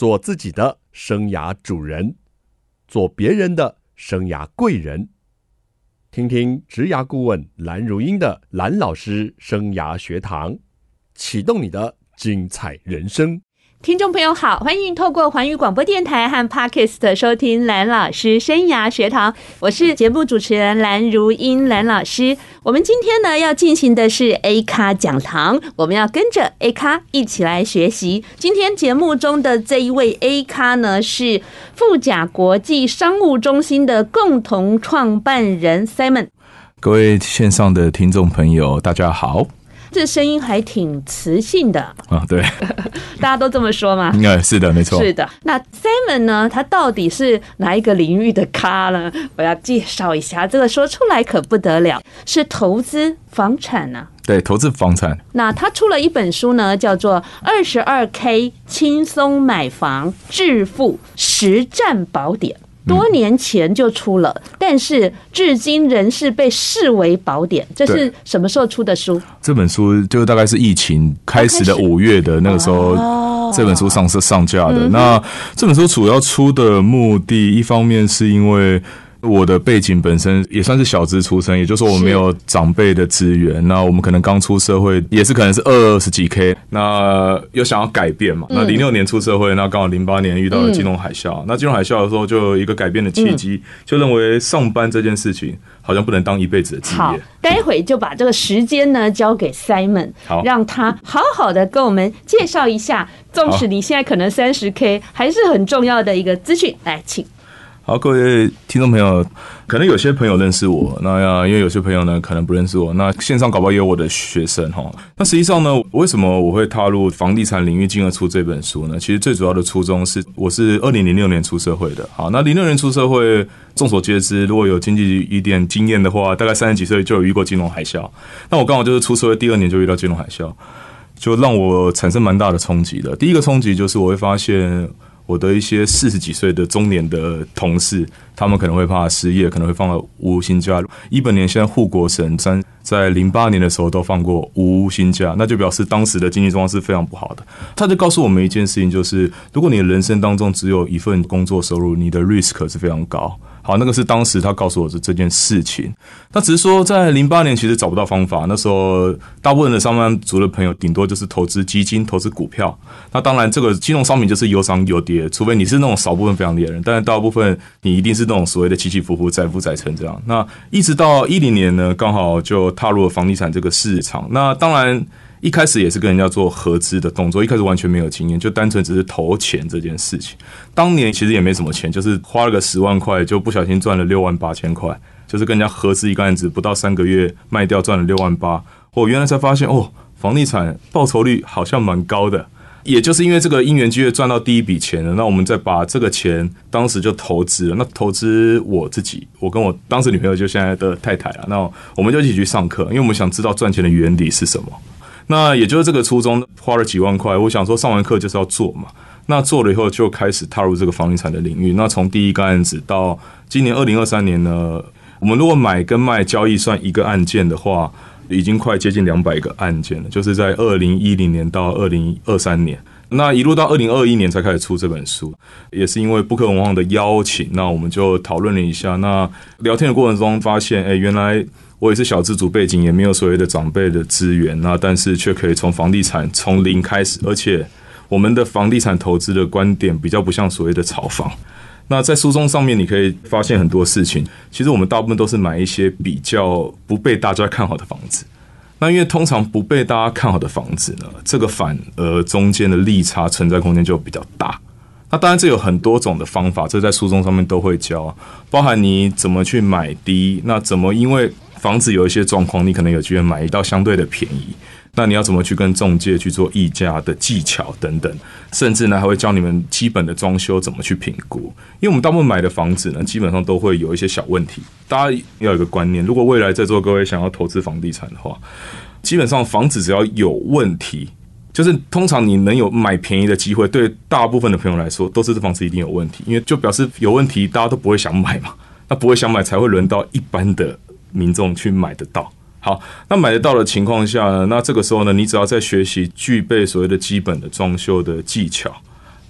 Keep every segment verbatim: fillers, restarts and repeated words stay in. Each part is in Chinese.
做自己的生涯主人，做别人的生涯贵人。听听职涯顾问蓝如英的蓝老师生涯学堂，启动你的精彩人生。 听众朋友好，欢迎透过环宇广播电台和 Podcast 收听蓝老师生涯学堂，我是节目主持人蓝如英蓝老师。我们今天呢要进行的是 A 咖讲堂，我们要跟着 A 咖一起来学习。今天节目中的这一位 A 咖呢是富甲国际商务中心的共同创办人 Simon。 各位线上的听众朋友大家好。 这声音还挺磁性的啊，对， 大家都这么说吗？ 嗯，是的，没错， 是的。那 Simon 呢？他到底是哪一个领域的咖呢？我要介绍一下，这个说出来可不得了，是投资房产啊。 对，投资房产。 那他出了一本书呢，叫做《二十二 K 轻松买房致富实战宝典》。多年前就出了，嗯、但是至今仍是被视为宝典。这是什么时候出的书？ 这本书就大概是疫情开始的五月的那个时候，哦、这本书上是上架的。嗯、那这本书主要出的目的，一方面是因为我的背景本身也算是小资出身，也就是说我没有长辈的资源，那我们可能刚出社会，也是可能是二十几 K， 那又想要改变嘛。嗯、那零六年出社会，那刚好零八年遇到了金融海啸，嗯、那金融海啸的时候就有一个改变的契机，嗯、就认为上班这件事情好像不能当一辈子的职业。 好，待会就把这个时间呢交给 Simon， 让他好好的跟我们介绍一下，纵使你现在可能三十 K， 还是很重要的一个资讯。来，请。 好，各位听众朋友，可能有些朋友认识我，那因为有些朋友呢可能不认识我，那线上搞不好也有我的学生哈。那实际上呢，为什么我会踏入房地产领域，进而出这本书呢？其实最主要的初衷是，我是二零零六年出社会的。好，那零六年出社会，众所皆知，如果有经济一点经验的话，大概三十几岁就有遇过金融海啸。那我刚好就是出社会第二年就遇到金融海啸，就让我产生蛮大的冲击的。第一个冲击就是我会发现，我的一些四十几岁的中年的同事，他们可能会怕失业，可能会放了无薪假。一本年现在护国神山在零八年的时候都放过无薪假，那就表示当时的经济状况是非常不好的。他就告诉我们一件事情，就是如果你的人生当中只有一份工作收入，你的 risk 是非常高。好，那个是当时他告诉我的这件事情。那只是说，在零八年其实找不到方法。那时候大部分的上班族的朋友，顶多就是投资基金、投资股票。那当然，这个金融商品就是有涨有跌，除非你是那种少部分非常厉害的人，但是大部分你一定是那种所谓的起起伏伏、载浮载沉这样。那一直到一零年呢，刚好就踏入了房地产这个市场。那当然，一开始也是跟人家做合资的动作，一开始完全没有经验，就单纯只是投钱这件事情。当年其实也没什么钱，就是花了个十万块，就不小心赚了六万八千块，就是跟人家合资一个案子，不到三个月卖掉赚了六万八。我原来才发现哦，房地产报酬率好像蛮高的。也就是因为这个因缘机会赚到第一笔钱了，那我们再把这个钱当时就投资了。那投资我自己，我跟我当时女朋友就现在的太太了，那我们就一起去上课，因为我们想知道赚钱的原理是什么。那也就是这个初衷，花了几万块，我想说上完课就是要做嘛。那做了以后就开始踏入这个房地产的领域。那从第一个案子到今年二零二三年呢，我们如果买跟卖交易算一个案件的话，已经快接近两百个案件了，就是在二零一零年到二零二三年。那一路到二零二一年才开始出这本书，也是因为布克文化的邀请，那我们就讨论了一下。那聊天的过程中发现，哎，原来我也是小资族背景，也没有所谓的长辈的资源，那但是却可以从房地产从零开始，而且我们的房地产投资的观点比较不像所谓的炒房。那在书中上面你可以发现很多事情，其实我们大部分都是买一些比较不被大家看好的房子。那因为通常不被大家看好的房子呢，这个反而中间的利差存在空间就比较大。那当然这有很多种的方法，这在书中上面都会教，包含你怎么去买低，那怎么因为房子有一些状况，你可能有机会买到相对的便宜，那你要怎么去跟仲介去做议价的技巧等等，甚至呢还会教你们基本的装修怎么去评估。因为我们大部分买的房子呢，基本上都会有一些小问题。大家要有一个观念，如果未来在座各位想要投资房地产的话，基本上房子只要有问题，就是通常你能有买便宜的机会，对大部分的朋友来说都是这房子一定有问题，因为就表示有问题，大家都不会想买嘛，那不会想买才会轮到一般的民众去买得到。好，那买得到的情况下呢，那这个时候呢，你只要在学习具备所谓的基本的装修的技巧，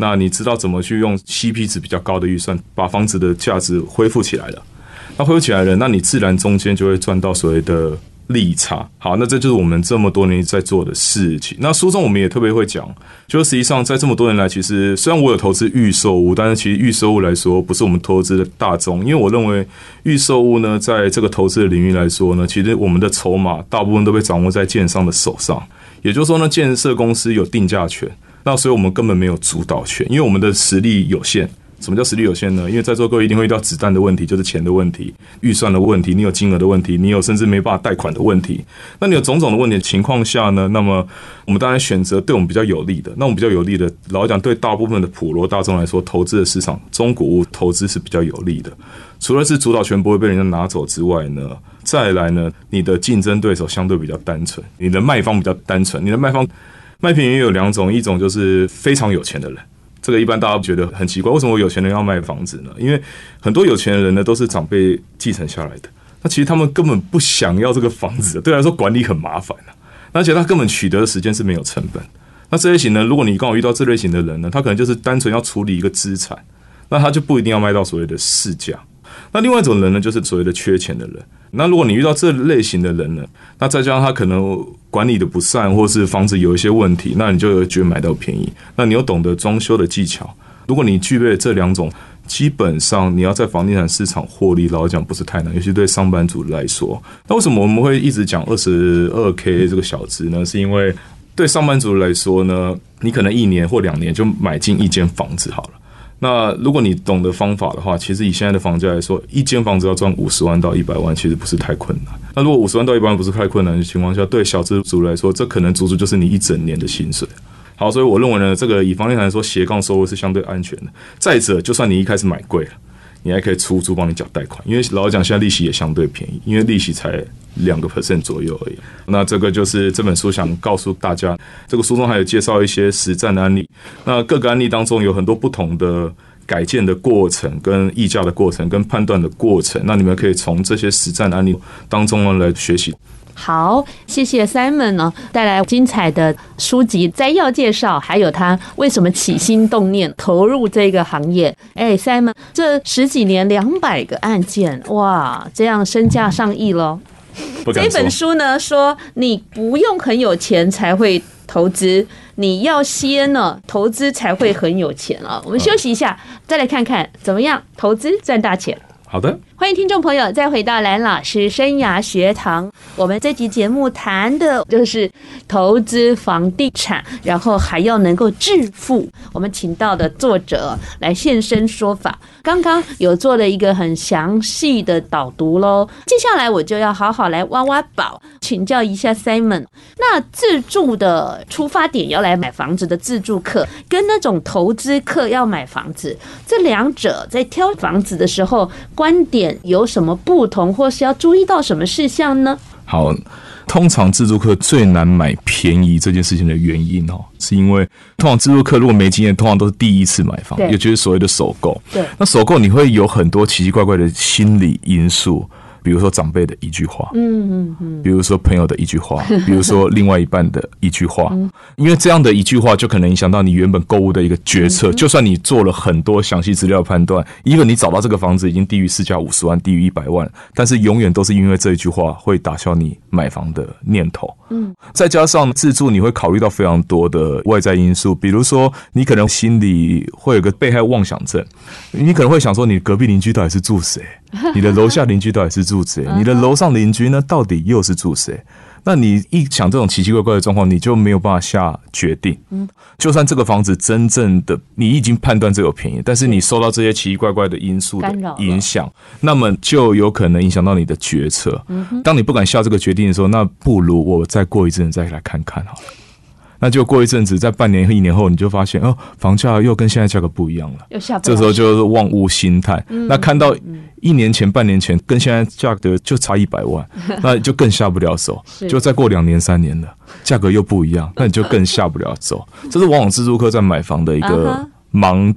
那你知道怎么去用 C P 值比较高的预算把房子的价值恢复起来了，那恢复起来了，那你自然中间就会赚到所谓的利差。好，那这就是我们这么多年在做的事情。那书中我们也特别会讲，就实际上在这么多年来，其实虽然我有投资预售屋，但是其实预售屋来说不是我们投资的大宗，因为我认为预售屋呢，在这个投资的领域来说呢，其实我们的筹码大部分都被掌握在建商的手上，也就是说呢，建设公司有定价权，那所以我们根本没有主导权，因为我们的实力有限。什么叫实力有限呢？因为在座各位一定会遇到子弹的问题，就是钱的问题、预算的问题，你有金额的问题，你有甚至没办法贷款的问题。那你有种种的问题的情况下呢，那么我们当然选择对我们比较有利的。那我们比较有利的，老实讲，对大部分的普罗大众来说，投资的市场中古屋投资是比较有利的。除了是主导权不会被人家拿走之外呢，再来呢，你的竞争对手相对比较单纯，你的卖方比较单纯，你的卖方卖品也有两种，一种就是非常有钱的人。这个一般大家觉得很奇怪，为什么有钱人要卖房子呢？因为很多有钱的人呢都是长辈继承下来的，那其实他们根本不想要这个房子，对他来说管理很麻烦啊，而且他根本取得的时间是没有成本。那这类型呢，如果你刚好遇到这类型的人呢，他可能就是单纯要处理一个资产，那他就不一定要卖到所谓的市价。那另外一种人呢，就是所谓的缺钱的人。那如果你遇到这类型的人呢，那再加上他可能管理的不善，或是房子有一些问题，那你就觉得买到便宜。那你又懂得装修的技巧，如果你具备这两种，基本上你要在房地产市场获利，老实讲不是太难，尤其对上班族来说。那为什么我们会一直讲 二十二K 这个小资呢？是因为对上班族来说呢，你可能一年或两年就买进一间房子好了。那如果你懂得方法的话，其实以现在的房价来说，一间房子要赚五十万到一百万，其实不是太困难。那如果五十万到一百万不是太困难的情况下，对小资族来说，这可能足足就是你一整年的薪水。好，所以我认为呢，这个以房地产来说，斜杠收入是相对安全的。再者，就算你一开始买贵了，你还可以出租帮你缴贷款，因为老实讲，现在利息也相对便宜，因为利息才两个 percent 左右而已。那这个就是这本书想告诉大家，这个书中还有介绍一些实战的案例。那各个案例当中有很多不同的改建的过程、跟议价的过程、跟判断的过程，那你们可以从这些实战的案例当中呢来学习。 好，谢谢 Simon 呢带来精彩的书籍摘要介绍，还有他为什么起心动念投入这个行业。哎 ，Simon 这十几年两百个案件，哇，这样身价上亿咯。这本书呢说，你不用很有钱才会投资，你要先呢投资才会很有钱啊。我们休息一下，再来看看怎么样投资赚大钱。 好的， 欢迎听众朋友再回到蓝老师生涯学堂。我们这集节目谈的就是投资房地产，然后还要能够致富。我们请到的作者来现身说法，刚刚有做了一个很详细的导读咯。接下来我就要好好来挖挖宝，请教一下 Simon， 那自住的出发点要来买房子的自住客，跟那种投资客要买房子，这两者在挑房子的时候观点有什么不同，或是要注意到什么事项呢？ 好，通常自住客最难买便宜这件事情的原因哦，是因为通常自住客如果没经验，通常都是第一次买房，也就是所谓的首购。 对， 那首购你会有很多奇奇怪怪的心理因素。比如说长辈的一句话，嗯嗯嗯，比如说朋友的一句话，比如说另外一半的一句话，因为这样的一句话就可能影响到你原本购物的一个决策。就算你做了很多详细资料判断，因为你找到这个房子已经低于市价五十万，低于一百万，但是永远都是因为这一句话会打消你买房的念头。嗯，再加上自住，你会考虑到非常多的外在因素，比如说你可能心里会有个被害妄想症，你可能会想说，你隔壁邻居到底是住谁？你的楼下邻居到底是住谁？你的楼上邻居呢，到底又是住谁？那你一想这种奇奇怪怪的状况，你就没有办法下决定。嗯，就算这个房子真正的你已经判断这有便宜，但是你受到这些奇奇怪怪的因素的影响，那么就有可能影响到你的决策。当你不敢下这个决定的时候，那不如我再过一阵再来看看好了。那就过一阵子，在半年一年后，你就发现哦，房价又跟现在价格不一样了， 又下不来， 这时候就是望屋兴叹。嗯、那看到一年前、半年前跟现在价格就差一百万，那就更下不了手。就再过两年、三年了，价格又不一样，那你就更下不了手。这是往往自住客在买房的一个盲点。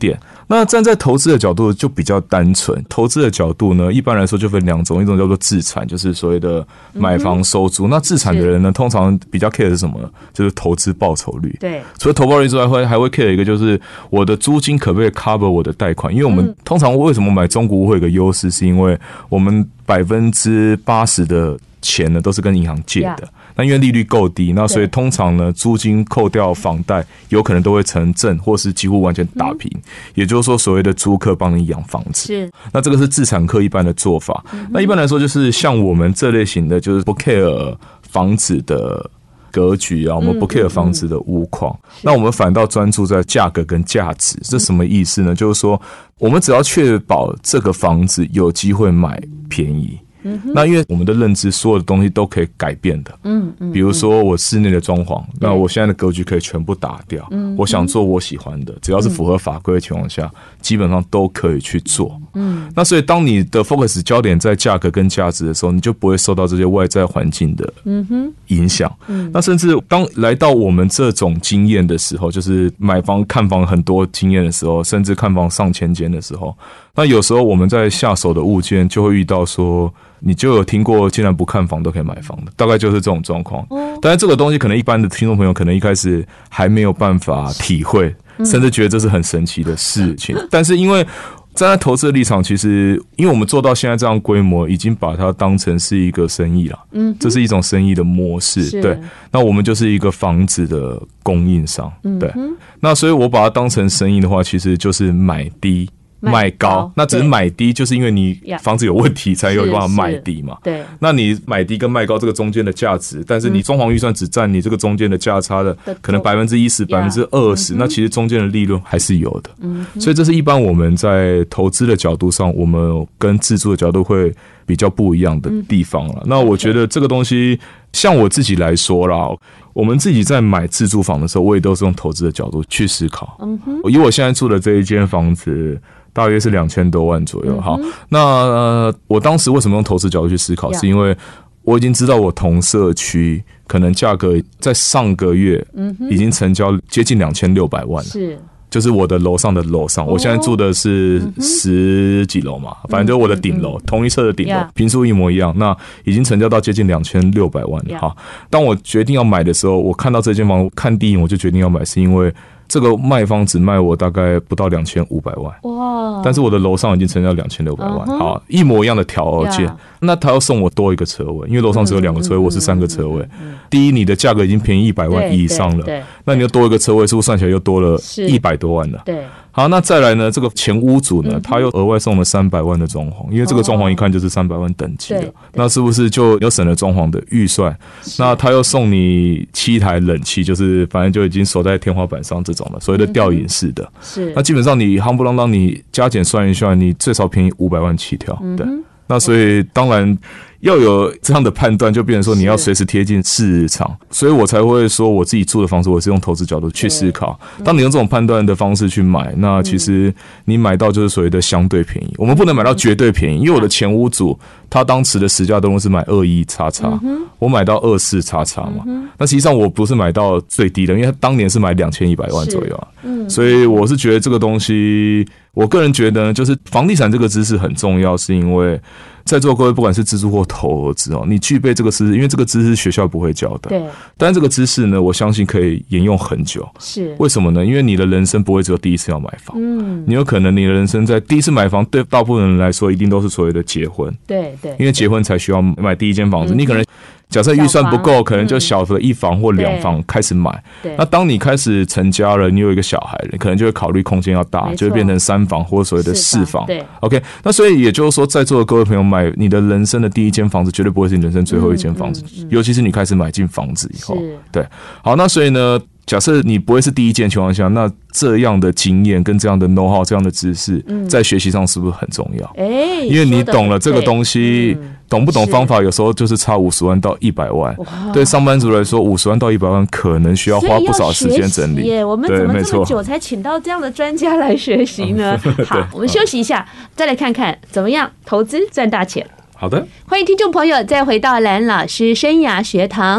那站在投资的角度就比较单纯，投资的角度呢，一般来说就分两种，一种叫做自产，就是所谓的买房收租。嗯、那自产的人呢，通常比较 care 的是什么呢？就是投资报酬率。 对， 除了投报率之外，会还会 care 一个就是我的租金可不可以 cover 我的贷款？因为我们、嗯、通常为什么买中古屋会有一个优势，是因为我们百分之八十的钱呢都是跟银行借的。Yeah.那因为利率够低，那所以通常呢，租金扣掉房贷，有可能都会成正，或是几乎完全打平。嗯、也就是说，所谓的租客帮你养房子，是那这个是自产客一般的做法。嗯、那一般来说，就是像我们这类型的，就是不 care 房子的格局啊，我们不 care 房子的屋况，嗯嗯嗯那我们反倒专注在价格跟价值。这什么意思呢？就是说，我们只要确保这个房子有机会买便宜。嗯、那因为我们的认知，所有的东西都可以改变的。嗯嗯，比如说我室内的装潢，嗯、那我现在的格局可以全部打掉。嗯，我想做我喜欢的，只要是符合法规的情况下，嗯、基本上都可以去做。嗯，那所以当你的 focus 焦点在价格跟价值的时候，你就不会受到这些外在环境的影响。嗯，那甚至当来到我们这种经验的时候，就是买房看房很多经验的时候，甚至看房上千间的时候，那有时候我们在下手的物件就会遇到说。你就有听过竟然不看房都可以买房的，大概就是这种状况。当然这个东西可能一般的听众朋友可能一开始还没有办法体会，甚至觉得这是很神奇的事情。但是因为站在投资的立场，其实因为我们做到现在这样规模，已经把它当成是一个生意了。嗯，这是一种生意的模式。对，那我们就是一个房子的供应商。对，那所以我把它当成生意的话，其实就是买低。卖高，那只是买低，就是因为你房子有问题才有办法卖低嘛。对，那你买低跟卖高这个中间的价值，但是你装潢预算只占你这个中间的价差的可能百分之一十、百分之二十，那其实中间的利润还是有的。嗯，所以这是一般我们在投资的角度上，我们跟自住的角度会比较不一样的地方了。那我觉得这个东西，像我自己来说啦。我们自己在买自住房的时候，我也都是用投资的角度去思考。嗯哼，以我现在住的这一间房子，大约是两千多万左右。好，那、呃、我当时为什么用投资角度去思考？是因为我已经知道我同社区可能价格在上个月已经成交接近两千六百万了。是。就是我的楼上的楼上，我现在住的是十几楼嘛，反正就是我的顶楼，同一侧的顶楼，坪数一模一样。那已经成交到接近两千六百万了哈。当我决定要买的时候，我看到这间房，看第一眼我就决定要买，是因为这个卖方只卖我大概不到两千五百万，哇！但是我的楼上已经成交两千六百万， uh-huh. 好，一模一样的条件， yeah. 那他要送我多一个车位，因为楼上只有两个车位，嗯、我是三个车位。嗯、第一，你的价格已经便宜一百万以上了，那你又多一个车位，是不是算起来又多了一百多万了？对。好，那再来呢？这个前屋主呢，他又额外送了三百万的装潢，因为这个装潢一看就是三百万等级的，哦、那是不是就又省了装潢的预算？那他又送你七台冷气，就是反正就已经锁在天花板上这种了，所谓的吊顶式的。是，那基本上你夯不啷当，你加减算一算，你最少便宜五百万起跳。嗯、对，那所以当然。要有这样的判断，就变成说你要随时贴近市场，所以我才会说我自己住的房子，我是用投资角度去思考。当你用这种判断的方式去买，那其实你买到就是所谓的相对便宜。我们不能买到绝对便宜，因为我的前屋主他当时的实价登录是买二一叉叉，我买到二四叉叉嘛。那实际上我不是买到最低的，因为他当年是买两千一百万左右啊。所以我是觉得这个东西，我个人觉得就是房地产这个知识很重要，是因为。在座各位，不管是自住或投资哦，你具备这个知识，因为这个知识学校不会教的。对。但是这个知识呢，我相信可以沿用很久。是。为什么呢？因为你的人生不会只有第一次要买房。嗯。你有可能你的人生在第一次买房，对大部分人来说，一定都是所谓的结婚。对对。因为结婚才需要买第一间房子，嗯、你可能。假设预算不够，可能就小的一房或两房开始买。那当你开始成家了，你有一个小孩了，你可能就会考虑空间要大，就会变成三房或所谓的四房。对 ，OK。那所以也就是说，在座的各位朋友买你的人生的第一间房子，绝对不会是你人生最后一间房子，嗯嗯嗯、尤其是你开始买进房子以后。对，好，那所以呢？假设你不会是第一件情况下，那这样的经验跟这样的 know how 这样的知识，在学习上是不是很重要？哎，因为你懂了这个东西，懂不懂方法，有时候就是差五十万到一百万。对上班族来说，五十万到一百万可能需要花不少时间整理。 我们怎么这么久才请到这样的专家来学习呢？好，我们休息一下，再来看看怎么样投资赚大钱。 好的， 欢迎听众朋友再回到蓝老师生涯学堂。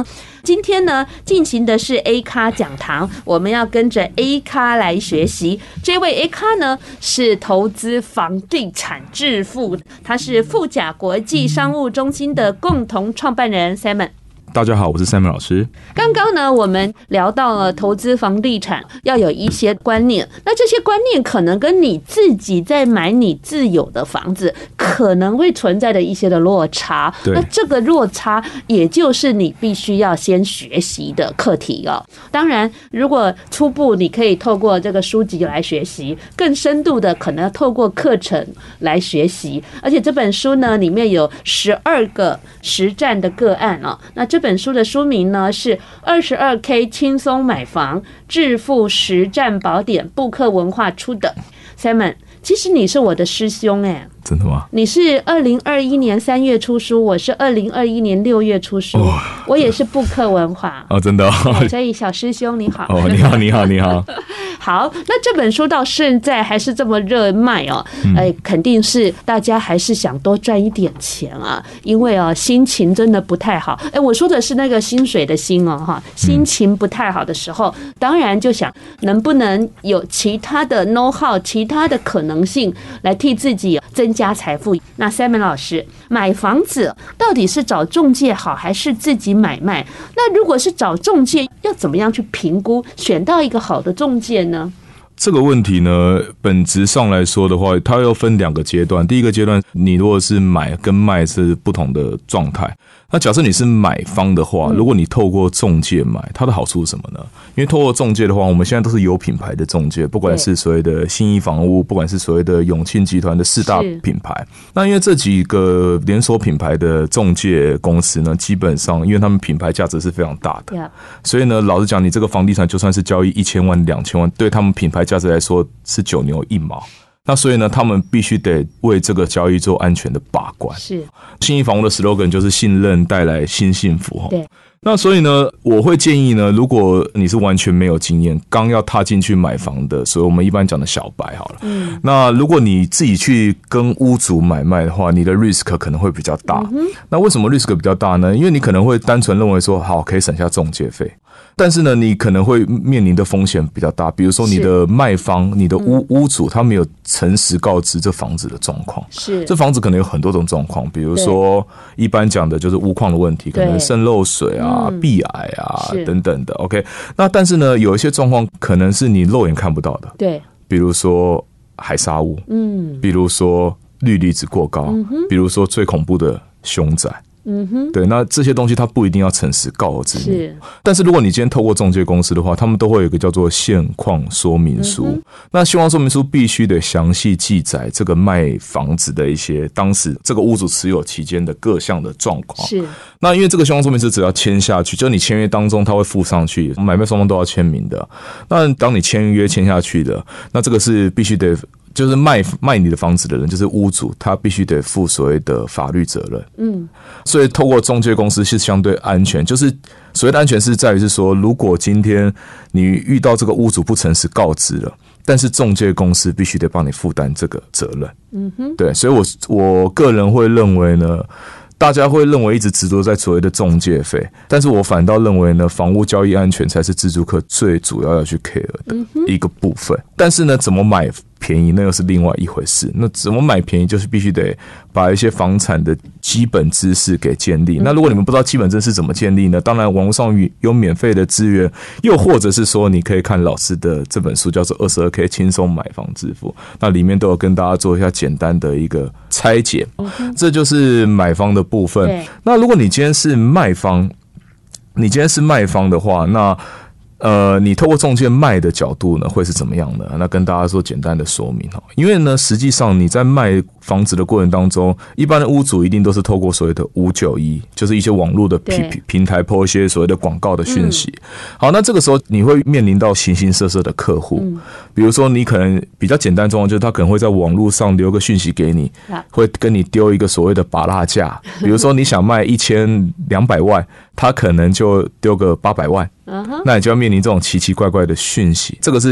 今天呢进行的是 A 咖讲堂，我们要跟着 A 咖来学习。这位 A 咖呢是投资房地产致富，他是富甲国际商务中心的共同创办人 Simon。 大家好，我是 Simon 老师。 刚刚呢，我们聊到了投资房地产要有一些观念，那这些观念可能跟你自己在买你自有的房子可能会存在的一些的落差。那这个落差也就是你必须要先学习的课题哦。当然，如果初步你可以透过这个书籍来学习，更深度的可能要透过课程来学习。而且这本书呢，里面有十二个实战的个案哦。那这本书的书名呢是二十二 K 轻松买房致富实战宝典，布克文化出的。 Simon， 其实你是我的师兄哎。 真的吗？ 你是二零二一年三月出书，我是二零二一年六月出书，哦、我也是布克文化哦，真的、哦， 所以小师兄你好。 哦，你好，你好，你好。 好，那这本书到现在还是这么热卖哦，哎，肯定是大家还是想多赚一点钱啊，因为啊心情真的不太好。哎，我说的是那个薪水的薪哦，哈，心情不太好的时候，当然就想能不能有其他的 know how， 其他的可能性来替自己增加财富。那 Simon 老师，买房子到底是找中介好还是自己买卖？那如果是找中介，要怎么样去评估选到一个好的中介呢？ 这个问题呢，本质上来说的话，它要分两个阶段。第一个阶段，你如果是买跟卖是不同的状态。那假设你是买方的话，如果你透过中介买，它的好处是什么呢？因为透过中介的话，我们现在都是有品牌的中介，不管是所谓的信义房屋，不管是所谓的永庆集团的四大品牌。那因为这几个连锁品牌的中介公司呢，基本上因为他们品牌价值是非常大的，所以呢，老实讲，你这个房地产就算是交易一千万、两千万，对他们品牌价值来说是九牛一毛。那所以呢，他们必须得为这个交易做安全的把关。是，信义房屋的 slogan 就是信任带来新幸福。对。那所以呢，我会建议呢，如果你是完全没有经验，刚要踏进去买房的，所以我们一般讲的小白好了。嗯。那如果你自己去跟屋主买卖的话，你的 risk 可能会比较大。嗯。那为什么 risk 比较大呢？因为你可能会单纯认为说，好，可以省下中介费。但是呢，你可能会面临的风险比较大，比如说你的卖方、你的屋屋主，他没有诚实告知这房子的状况。是，这房子可能有很多种状况，比如说一般讲的就是屋况的问题，可能渗漏水啊、壁癌啊等等的。OK， 那但是呢，有一些状况可能是你肉眼看不到的，对，比如说海砂屋，嗯，比如说氯离子过高，嗯，比如说最恐怖的凶宅。嗯哼，对，那这些东西它不一定要诚实告而知名，但是如果你今天透过中介公司的话，他们都会有一个叫做现况说明书。嗯、那现况说明书必须得详细记载这个卖房子的一些当时这个屋主持有期间的各项的状况。是，那因为这个现况说明书只要签下去，就你签约当中他会附上去，买卖双方都要签名的。那当你签约签下去的，那这个是必须得。就是卖卖你的房子的人，就是屋主，他必须得负所谓的法律责任。嗯，所以透过中介公司是相对安全。就是所谓的安全是在于是说，如果今天你遇到这个屋主不诚实告知了，但是中介公司必须得帮你负担这个责任。嗯哼，对，所以我我个人会认为呢。大家会认为一直执着在所谓的中介费，但是我反倒认为呢，房屋交易安全才是自住客最主要要去 care 的一个部分。但是呢，怎么买便宜那又是另外一回事。那怎么买便宜，就是必须得把一些房产的基本知识给建立。那如果你们不知道基本知识怎么建立呢？当然，网络上有免费的资源，又或者是说你可以看老师的这本书，叫做《二十二 K 轻松买房致富》，那里面都有跟大家做一下简单的一个拆解。这就是买方的部分。那如果你今天是卖方，你今天是卖方的话，那呃，你透过中介卖的角度呢，会是怎么样的？那跟大家说简单的说明哈，因为呢，实际上你在卖房子的过程当中，一般的屋主一定都是透过所谓的五九一，就是一些网络的平平台 po 一些所谓的广告的讯息。嗯、好，那这个时候你会面临到形形色色的客户，嗯、比如说你可能比较简单的状况就是他可能会在网络上留个讯息给你，啊、会跟你丢一个所谓的芭乐价，比如说你想卖一千两百万，他可能就丢个八百万。那你就要面临这种奇奇怪怪的讯息，这个是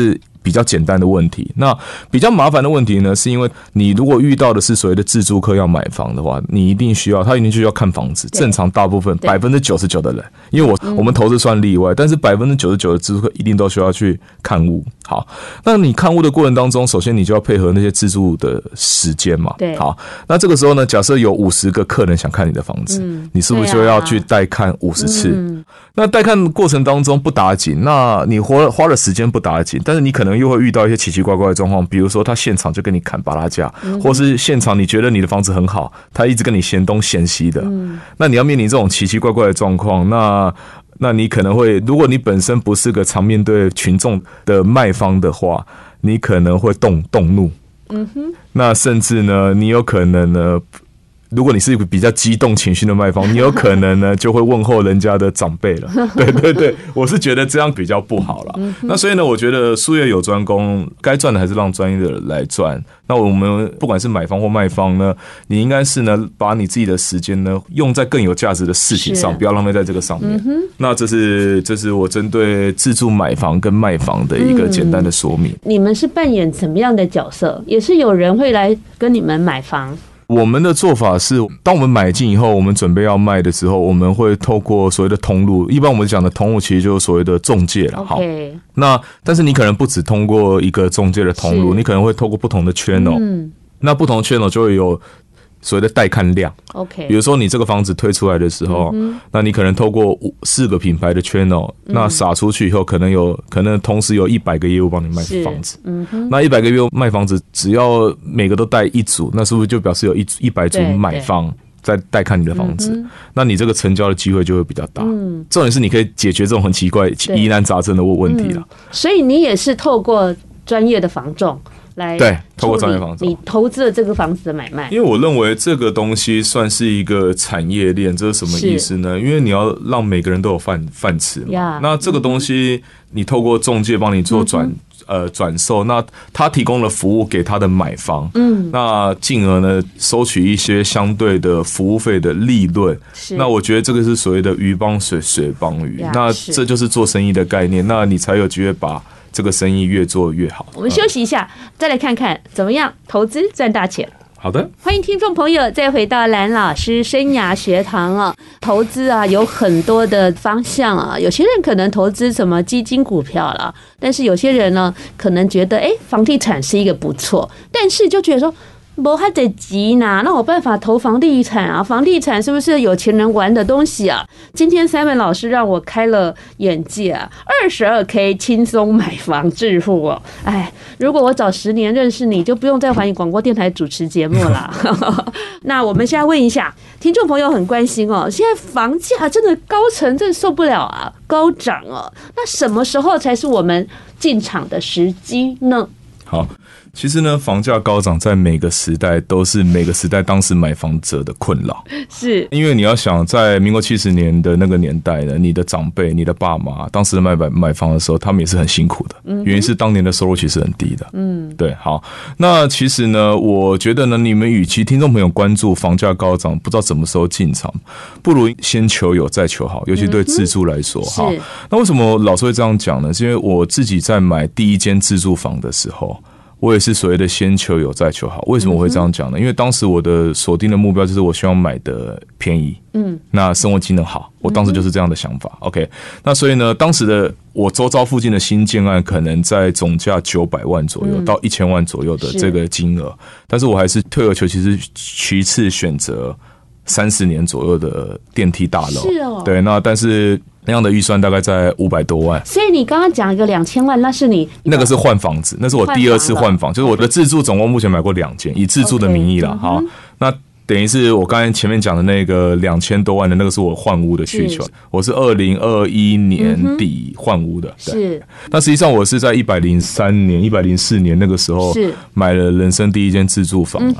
比较简单的问题。那比较麻烦的问题呢，是因为你如果遇到的是所谓的自住客要买房的话，你一定需要，他一定需要看房子。正常大部分百分之九十九的人，因为我、嗯、我们投资算例外，但是百分之九十九的自住客一定都需要去看屋。好，那你看屋的过程当中，首先你就要配合那些自住的时间嘛。 对， 好，那这个时候呢，假设有五十个客人想看你的房子，嗯、你是不是就要去带看五十次？嗯、那带看过程当中不打紧，那你花花了时间不打紧，但是你可能又会遇到一些奇奇怪怪的状况，比如说他现场就跟你砍巴拉价，嗯、或是现场你觉得你的房子很好，他一直跟你嫌东嫌西的，嗯、那你要面临这种奇奇怪怪的状况，那那你可能会，如果你本身不是个常面对群众的卖方的话，你可能会动动怒，嗯哼，那甚至呢，你有可能呢。如果你是一个比较激动情绪的卖方，你有可能呢就会问候人家的长辈了。对对对，我是觉得这样比较不好啦。那所以呢，我觉得术业有专攻，该赚的还是让专业的人来赚。那我们不管是买方或卖方呢，你应该是呢把你自己的时间呢用在更有价值的事情上，不要浪费在这个上面。嗯、那这是这是我针对自住买房跟卖房的一个简单的说明。嗯、 你们是扮演怎么样的角色？也是有人会来跟你们买房？ 我们的做法是，当我们买进以后，我们准备要卖的时候，我们会透过所谓的通路，一般我们讲的通路其实就是所谓的中介了。好， okay. 那但是你可能不只通过一个中介的通路，你可能会透过不同的 channel，嗯、那不同的 channel 就会有所谓的带看量。OK， 比如说你这个房子推出来的时候，嗯、那你可能透过五四个品牌的 channel，嗯、那撒出去以后，可能有可能同时有一百个业务帮你卖房子。嗯、那一百个业务卖房子，只要每个都带一组，那是不是就表示有一一百组买方在带看你的房子？嗯、那你这个成交的机会就会比较大。嗯、重点是你可以解决这种很奇怪疑难杂症的问题了。嗯、 所以你也是透过专业的房仲。来对，透过专业房仲， 你投资了这个房子的买卖， 因为我认为这个东西算是一个产业链，这是什么意思呢？因为你要让每个人都有饭饭吃嘛。Yeah, 那这个东西，你透过中介帮你做转、嗯、呃转售，那他提供了服务给他的买方，嗯，那进而呢收取一些相对的服务费的利润。那我觉得这个是所谓的鱼帮水，水帮鱼。Yeah, 那这就是做生意的概念，那你才有机会把这个生意越做越好。 我们休息一下，再来看看怎么样投资赚大钱。 好的， 欢迎听众朋友再回到蓝老师生涯学堂啊。投资啊有很多的方向啊，有些人可能投资什么基金股票啦，但是有些人呢可能觉得哎、欸，房地产是一个不错，但是就觉得说没还得急呢，那我办法投房地产啊？房地产是不是有钱人玩的东西啊？今天 Simon 老师让我开了眼界啊！二十二 K 轻松买房致富哦！哎，如果我早十年认识你，就不用在环宇广播电台主持节目啦。那我们现在问一下听众朋友，很关心哦，现在房价真的高成，真的受不了啊，高涨哦。那什么时候才是我们进场的时机呢？ 好。其实呢，房价高涨在每个时代都是每个时代当时买房者的困扰， 是因为你要想，在民国七十年的那个年代呢，你的长辈、你的爸妈，当时买买买房的时候，他们也是很辛苦的，嗯、原因是当年的收入其实很低的。嗯，对，好，那其实呢，我觉得呢，你们与其听众朋友关注房价高涨，不知道什么时候进场，不如先求有再求好，尤其对自住来说，哈、嗯。那为什么老是会这样讲呢？是因为我自己在买第一间自住房的时候。我也是所谓的先求有再求好，为什么我会这样讲呢？因为当时我的锁定的目标就是我希望买的便宜，嗯，那生活机能好，我当时就是这样的想法。OK， 那所以呢，当时的我周遭附近的新建案可能在总价九百万左右到一千万左右的这个金额，但是我还是退而求其次，其次选择三十年左右的电梯大楼。 是哦， 对，那但是。那样的预算大概在五百多万， 所以你刚刚讲一个两千万，那是你那个是换房子，那是我第二次换房，就是我的自住总共目前买过两间，以自住的名义啦。好，那等于是我刚才前面讲的那个两千多万的那个是我换屋的需求，我是二零二一年底换屋的， 是。 那实际上我是在一百零三年、一百零四年那个时候买了人生第一间自住房。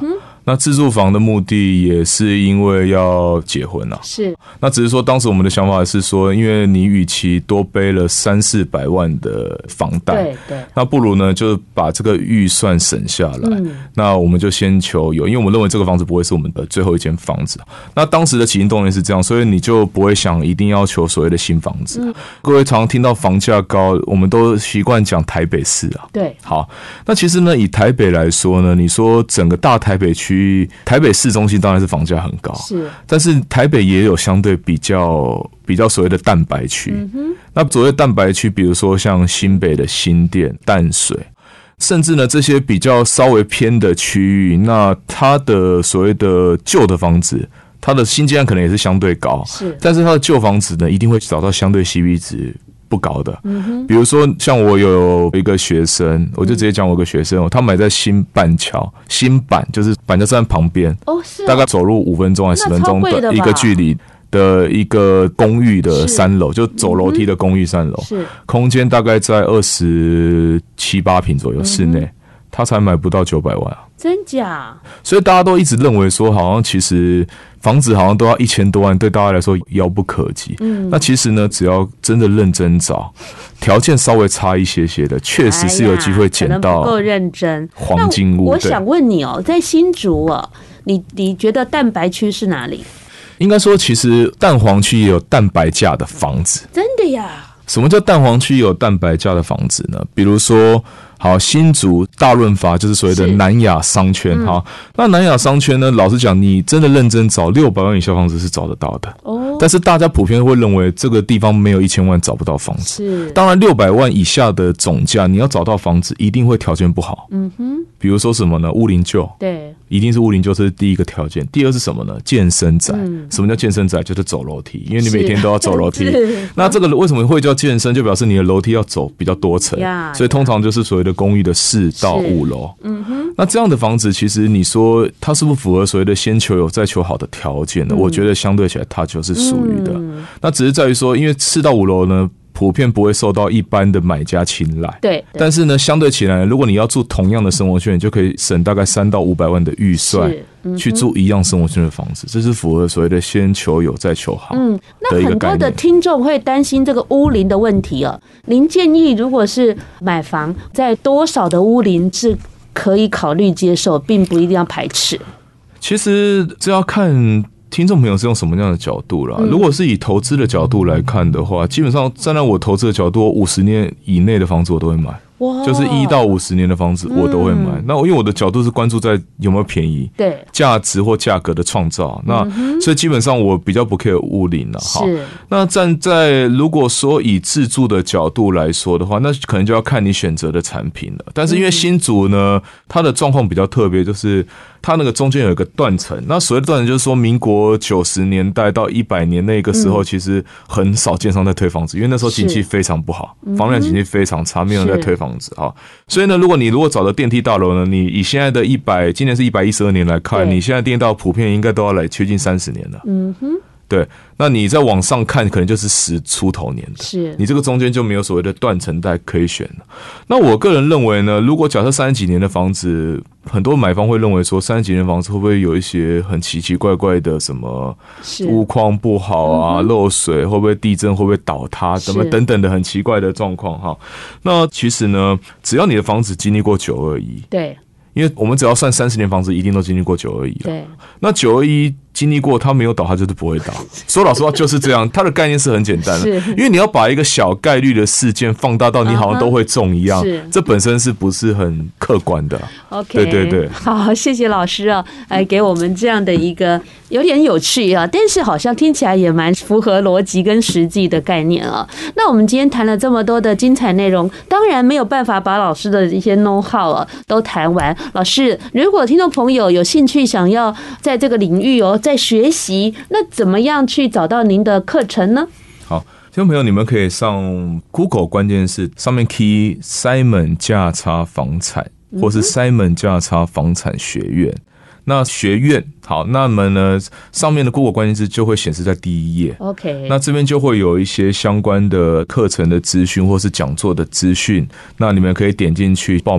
那自住房的目的也是因为要结婚啊， 是。 那只是说当时我们的想法是说，因为你与其多背了三四百万的房贷， 对对， 那不如呢就把这个预算省下来。 嗯、 那我们就先求有，因为我们认为这个房子不会是我们的最后一间房子。那当时的起心动念是这样，所以你就不会想一定要求所谓的新房子。嗯、各位常常听到房价高，我们都习惯讲台北市啊。 对， 好，那其实呢，以台北来说呢，你说整个大台北区。台北市中心当然是房价很高， 是， 但是台北也有相对比较比较所谓的蛋白区。嗯、那所谓蛋白区，比如说像新北的新店、淡水，甚至呢这些比较稍微偏的区域，那它的所谓的旧的房子，它的新建案可能也是相对高， 是， 但是它的旧房子呢，一定会找到相对 C P 值不高的，嗯、比如说像我有一个学生，我就直接讲我有个学生，他买在新板桥，新板就是板桥站旁边， 哦是， 大概走路五分钟还是十分钟的一个距离的一个公寓的三楼，就走楼梯的公寓三楼，是空间大概在二十七八平左右，室内。嗯他才买不到九百万啊！ 真假？ 所以大家都一直认为说，好像其实房子好像都要一千多万，对大家来说遥不可及。嗯，那其实呢，只要真的认真找，条件稍微差一些些的，确实是有机会捡到。 不够认真， 黄金屋。 我想问你哦，在新竹哦，你你觉得蛋白区是哪里？ 应该说，其实蛋黄区也有蛋白价的房子。 真的呀？ 什么叫蛋黄区有蛋白价的房子呢？比如说。好，新竹大润发就是所谓的南亚商圈。哈、嗯，那南亚商圈呢？老实讲，你真的认真找六百万以下房子是找得到的。哦，但是大家普遍会认为这个地方没有一千万找不到房子。是，当然六百万以下的总价，你要找到房子，一定会条件不好。嗯哼，比如说什么呢？屋龄旧， 对， 一定是屋龄旧，这是第一个条件。第二是什么呢？健身宅。嗯、什么叫健身宅？就是走楼梯，因为你每天都要走楼梯。那这个为什么会叫健身？就表示你的楼梯要走比较多层，所以通常就是所谓的公寓的四到五楼，嗯哼，那这样的房子，其实你说它是不是符合所谓的先求有再求好的条件呢？嗯、我觉得相对起来，它就是属于的。嗯、那只是在于说，因为四到五楼呢，普遍不会受到一般的买家青睐， 对。 但是呢，相对起来，如果你要住同样的生活圈，你就可以省大概三到五百万的预算。嗯、去住一样生活圈的房子，这是符合所谓的先求有再求好。嗯， 那很多的听众会担心这个屋龄的问题哦。您建议，如果是买房，在多少的屋龄是可以考虑接受，并不一定要排斥？ 其实这要看听众朋友是用什么样的角度啦。嗯、如果是以投资的角度来看的话，基本上站在我投资的角度，五十年以内的房子我都会买。就是一到五十年的房子，我都会买。嗯、那因为我的角度是关注在有没有便宜、 对价值或价格的创造。那、嗯、所以基本上我比较不 care 屋龄了。好，那站在如果说以自住的角度来说的话，那可能就要看你选择的产品了。但是因为新竹呢，它的状况比较特别，就是它那个中间有一个断层。那所谓的断层就是说，民国九十年代到一百年那个时候，其实很少建商在推房子，因为那时候景气非常不好，房地产景气非常差，没有人在推房子。好，所以呢，如果你如果找的电梯大楼呢，你以现在的一百，今年是一百一十二年来看，你现在电梯大楼普遍应该都要来接近三十年了。嗯哼，对，那你在往上看，可能就是十出头年的， 是你这个中间就没有所谓的断层带可以选了。那我个人认为呢，如果假设三十几年的房子，很多买方会认为说，三十几年的房子会不会有一些很奇奇怪怪的什么屋况不好啊、嗯、漏水，会不会地震，会不会倒塌，什么等等的很奇怪的状况哈。那其实呢，只要你的房子经历过九二一， 对， 因为我们只要算三十年房子，一定都经历过九二一了。 对， 那九二一经历过，它没有倒，它就是不会倒。说老实话就是这样，它的概念是很简单的，因为你要把一个小概率的事件放大到你好像都会中一样， uh-huh, 这本身是不是很客观的？ OK， 对对对， 好，谢谢老师啊，来给我们这样的一个有点有趣啊，但是好像听起来也蛮符合逻辑跟实际的概念啊。那我们今天谈了这么多的精彩内容，当然没有办法把老师的一些 know how 啊都谈完。老师，如果听众朋友有兴趣想要在这个领域哦在学习，那怎么样去找到您的课程呢？ 好，听众朋友，你们可以上 Google 关键字上面 key Simon 价差房产，或是 Simon 价差房产学院。那学院好，那么呢，上面的 Google 关键字就会显示在第一页。 OK， 那这边就会有一些相关的课程的资讯，或是讲座的资讯。那你们可以点进去报名。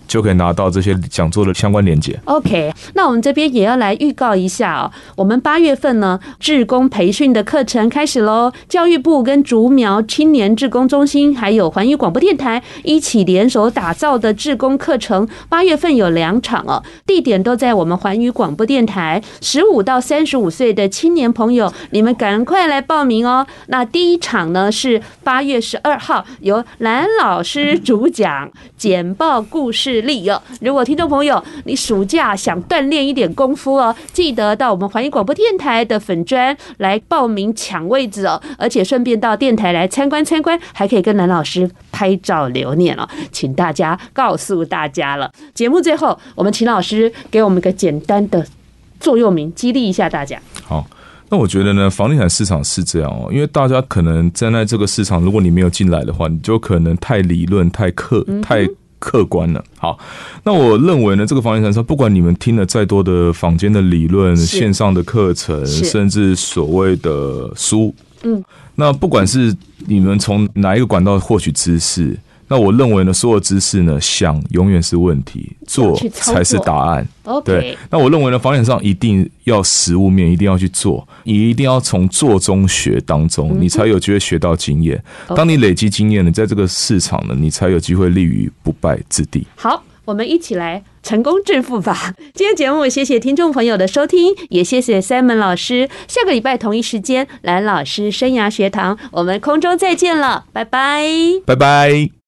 就可以拿到这些讲座的相关连结。 OK， 那我们这边也要来预告一下哦，我们八月份呢，志工培训的课程开始喽。教育部跟竹苗青年志工中心还有环宇广播电台一起联手打造的志工课程，八月份有两场哦，地点都在我们环宇广播电台。十五到三十五岁的青年朋友，你们赶快来报名哦。那第一场呢是八月十二号，由蓝老师主讲简报故事力哦。如果听众朋友你暑假想锻炼一点功夫哦，记得到我们环宇广播电台的粉专来报名抢位置哦，而且顺便到电台来参观参观，还可以跟蓝老师拍照留念哦，请大家告诉大家了。节目最后，我们请老师给我们一个简单的座右铭，激励一下大家。 好。那我觉得呢，房地产市场是这样哦，因为大家可能站在这个市场，如果你没有进来的话，你就可能太理论、太客、太客观了。好，那我认为呢，这个房地产上，不管你们听了再多的坊间的理论、线上的课程，甚至所谓的书，嗯，那不管是你们从哪一个管道获取知识。那我认为呢，所有知识呢，想永远是问题，做才是答案。对，那我认为呢，房地产上一定要实务面，一定要去做，你一定要从做中学当中，你才有机会学到经验。当你累积经验呢，在这个市场呢，你才有机会立于不败之地。 好，我们一起来成功致富吧！今天节目谢谢听众朋友的收听，也谢谢 Simon 老师。下个礼拜同一时间，蓝老师生涯学堂，我们空中再见了，拜拜， 拜拜。